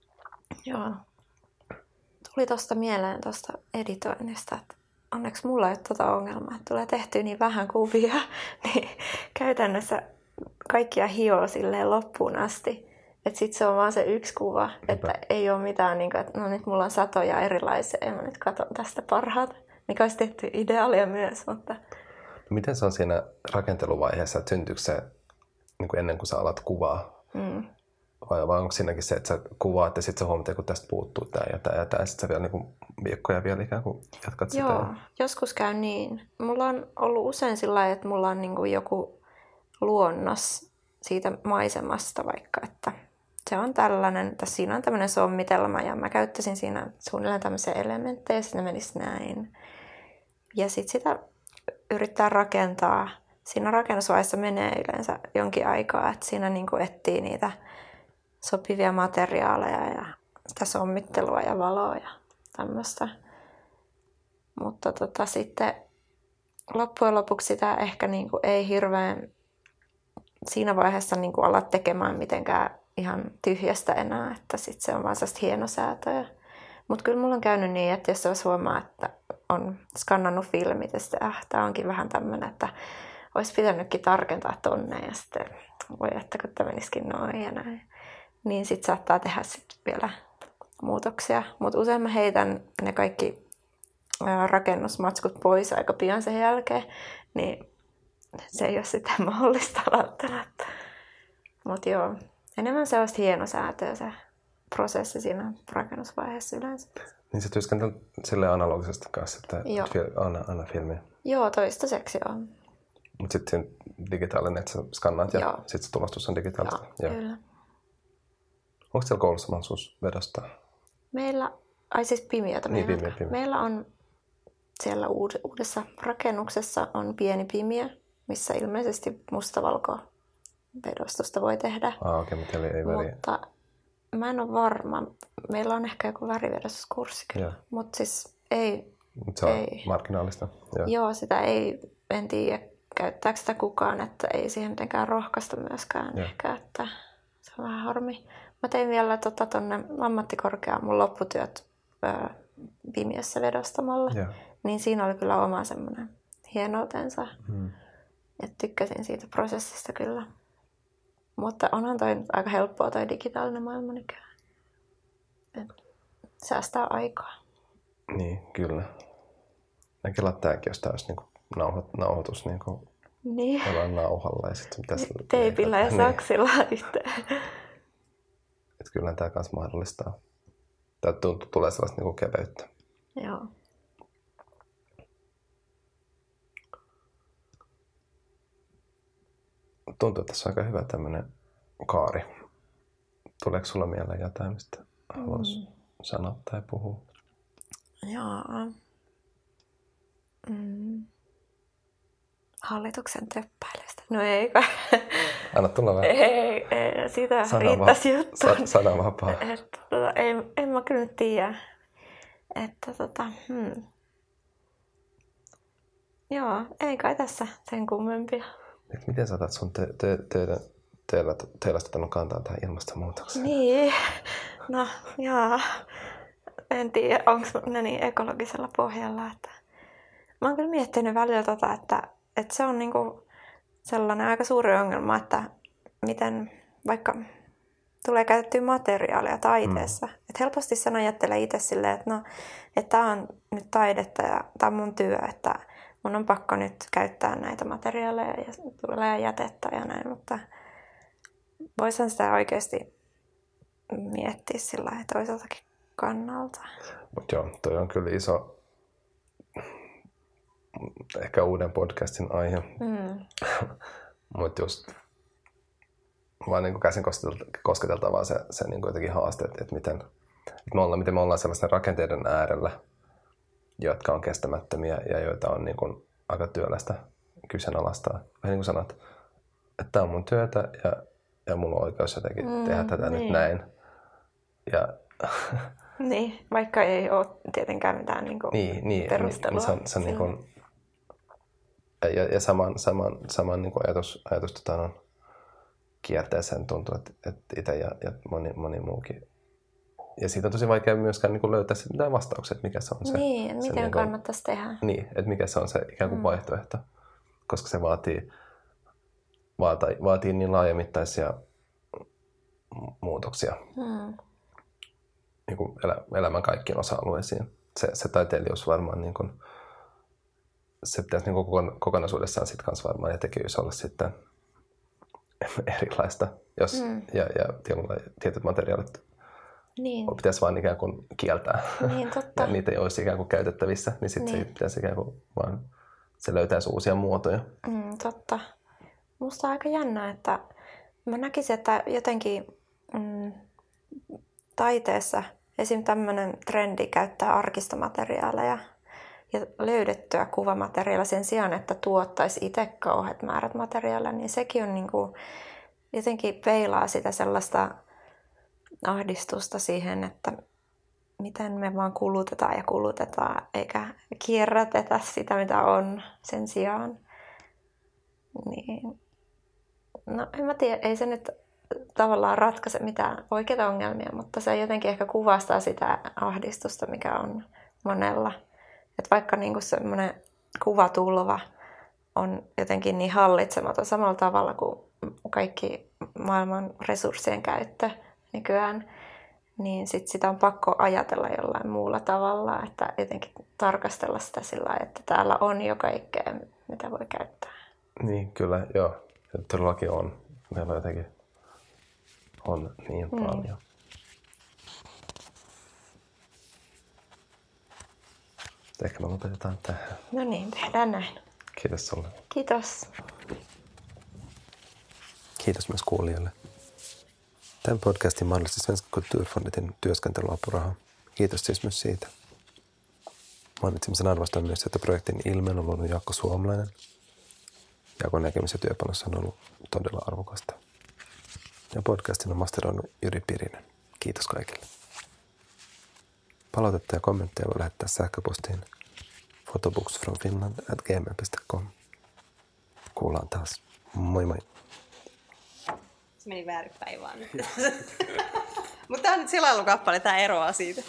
Tuli tuosta mieleen tuosta editoinnista, että onneksi mulla ei ole tuota ongelmaa, että tulee tehtyä niin vähän kuvia, niin käytännössä kaikkia hioo silleen loppuun asti. Että sit se on vaan se yksi kuva, että ei ole mitään, niin kuin, että no nyt mulla on satoja erilaisia ja mä nyt katson tästä parhaat, mikä olisi tehty ideaalia myös. Mutta... Miten se on siinä rakenteluvaiheessa, että syntyykö se niin kuin ennen kuin sä alat kuvaa? Vai onko siinäkin se, että sä kuvaat ja sitten sä huomaat, kun tästä puuttuu tämä ja tämä ja tämä, ja sitten sä vielä niin viikkoja vielä ikään kuin jatkat sitä? Joo, joskus käy niin. Mulla on ollut usein sillä lailla, että mulla on niin kuin joku luonnos siitä maisemasta vaikka, että se on tällainen, tässä siinä on tämmöinen sommitelma ja mä käyttäisin siinä suunnilleen tämmöisiä elementtejä ja sitten ne menisi näin. Ja sitten sitä yrittää rakentaa. Siinä rakennusvaiheessa menee yleensä jonkin aikaa, että siinä niinku etsii niitä sopivia materiaaleja ja sitä sommittelua ja valoa ja tämmöistä. Mutta sitten loppujen lopuksi sitä ehkä niinku ei hirveän siinä vaiheessa niinku ala tekemään mitenkään ihan tyhjästä enää, että sitten se on vaan sellaista hienosäätöä. Mutta kyllä mulla on käynyt niin, että jos olisi huomaa, että on skannannut filmit ja sitten tämä onkin vähän tämmöinen, että olisi pitänytkin tarkentaa tonne ja sitten voi että kun tämä menisikin noin ja näin. Niin sitten saattaa tehdä sitten vielä muutoksia. Mutta usein mä heitän ne kaikki rakennusmatskut pois aika pian sen jälkeen, niin se ei ole sitä mahdollista välttämättä. Mutta joo, enemmän sellaista hienosäätöä se prosessi siinä rakennusvaiheessa yleensä. Niin sä työskentelet silleen analogisesta kanssa, että aina filmiä. Joo, toistaiseksi joo. Mutta sitten digitaalinen, että sä skannaat ja sitten se tulostus on digitaalista. Joo, kyllä. Onko siellä koulussa mahdollisuus vedostaa? Meillä, siis pimiötä Pimiö. Meillä on siellä uudessa rakennuksessa on pieni pimiö, missä ilmeisesti mustavalko vedostusta voi tehdä. Okei, mutta ei väriä. Mutta mä en ole varma. Meillä on ehkä joku värivedostuskurssi kyllä. Mutta siis ei. Mutta se on marginaalista. Joo, sitä ei, en tiedä käyttääkö sitä kukaan, että ei siihen mitenkään rohkaista myöskään ehkä, että se on vähän harmi. Mä tein vielä tonne ammattikorkeaan mun lopputyöt pimiössä vedostamalla, niin siinä oli kyllä oma semmoinen hienoutensa. Et tykkäsin siitä prosessista kyllä. Mutta onhan toi nyt aika helppoa toi digitaalinen maailma nykyään. Säästää aikaa. Niin, kyllä. Ja kela tääkin, jos tää olisi niinku nauhoitus niinku jollain nauhalla ja sitten pitäisi teipillä ja saksilla yhteen. Et kyllä tää kans mahdollistaa. Tää tulee sellaista niinku keveyttä. Joo. Tuntuu, että tässä on aika hyvä tämmönen kaari. Tuleeko sulla mieleen jotain, mistä haluaisi sanoa tai puhua? Joo. Hallituksen töppäilystä. No ei kai. Anna tulla vähän. Ei, sitä riittäisi juttu. Sananvapaa. En mä kyllä nyt tiedä. Että Joo, ei kai tässä sen kummempia. Et miten sä otat sun teillä kantaa tähän ilmastonmuutokseen? Niin, no joo. En tiedä, onko ne niin ekologisella pohjalla. Että mä oon kyllä miettinyt välillä että se on niinku sellainen aika suuri ongelma, että miten vaikka tulee käytettyä materiaalia taiteessa. Että helposti sen ajattelee itse silleen, että no, että tää on nyt taidetta ja tää on mun työ, että mun on pakko nyt käyttää näitä materiaaleja ja tulee jätettä ja näin, mutta voisin sitä oikeasti miettiä sillä lailla toiseltakin kannalta. Mut joo, toi on kyllä iso, ehkä uuden podcastin aihe. Mutta just vaan niin käsin kosketeltavaa se niin jotenkin haaste, että miten me ollaan sellaisten rakenteiden äärellä, jotka on kestämättömiä ja joita on niin kuin aika työlästä kyseenalaistaa. Vähän niin kuin sanot, että tämä on mun työtä ja mulla on oikeus jotenkin tehdä tätä nyt näin. Ja niin, vaikka ei ole tietenkään mitään niin perustelua. Se on niin kuin, ja saman niin kuin ajatus kierteeseen tuntuu, että itse ja moni muukin. Ja siitä on tosi vaikea myöskään niin löytää mitään vastauksia, että mikä se on se. Niin, miten niin kannattaisi tehdä. Niin, että mikä se on se ikään kuin vaihtoehto. Koska se vaatii niin laajamittaisia muutoksia niin kuin elämän kaikkiin osa-alueisiin. Se taiteilijuus varmaan, niin kuin, se pitäisi niin kuin kokonaisuudessaan sitten kanssa varmaan ja tekijöissä olla sitten erilaista, jos ja tietyt materiaalit pitäisi vaan ikään kuin kieltää. Niin, totta. Ja niitä ei olisi ikään kuin käytettävissä, niin sitten se pitäisi ikään kuin vaan, se löytäisi uusia muotoja. Totta. Musta on aika jännä, että mä näkisin, että jotenkin taiteessa esim. Tämmöinen trendi käyttää arkistomateriaaleja ja löydettyä kuvamateriaalia sen sijaan, että tuottaisi itse kauheat määrät materiaalia, niin sekin on niin kuin, jotenkin peilaa sitä sellaista ahdistusta siihen, että miten me vaan kulutetaan, eikä kierrätetä sitä, mitä on sen sijaan. Niin. No en mä tiedä, ei se nyt tavallaan ratkaise mitään oikeita ongelmia, mutta se jotenkin ehkä kuvastaa sitä ahdistusta, mikä on monella. Et vaikka niinku semmoinen kuvatulva on jotenkin niin hallitsematon samalla tavalla kuin kaikki maailman resurssien käyttö nykyään, niin sitä on pakko ajatella jollain muulla tavalla, että jotenkin tarkastella sitä sillä lailla, että täällä on jo kaikkea, mitä voi käyttää. Niin, kyllä, joo. Todellakin on. Meillä jotenkin on niin paljon. Ehkä me lopetetaan tähän. No niin, tehdään näin. Kiitos sulle. Kiitos. Kiitos myös kuulijoille. Tämän podcastin mahdollisti Svenska Kulturfonditin työskentelyapuraha. Kiitos siis myös siitä. Mainitsemisen arvostan myös, että projektin ilmeen on luonut Jaakko Suomalainen. Jaakon näkemys ja työpanossa on ollut todella arvokasta. Ja podcastin on masteroinut Jyri Pirinen. Kiitos kaikille. Palautetta ja kommentteja voi lähettää sähköpostiin photobooksfromfinland@gmail.com. Kuullaan taas. Moi moi. Se meni väärinpäin vaan nyt. Mutta tää on nyt selailukappale, tää eroaa siitä.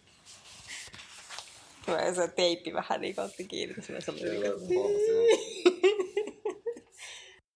Se teippi vähän niin kuin otti kiinni, tässä mä sanoin.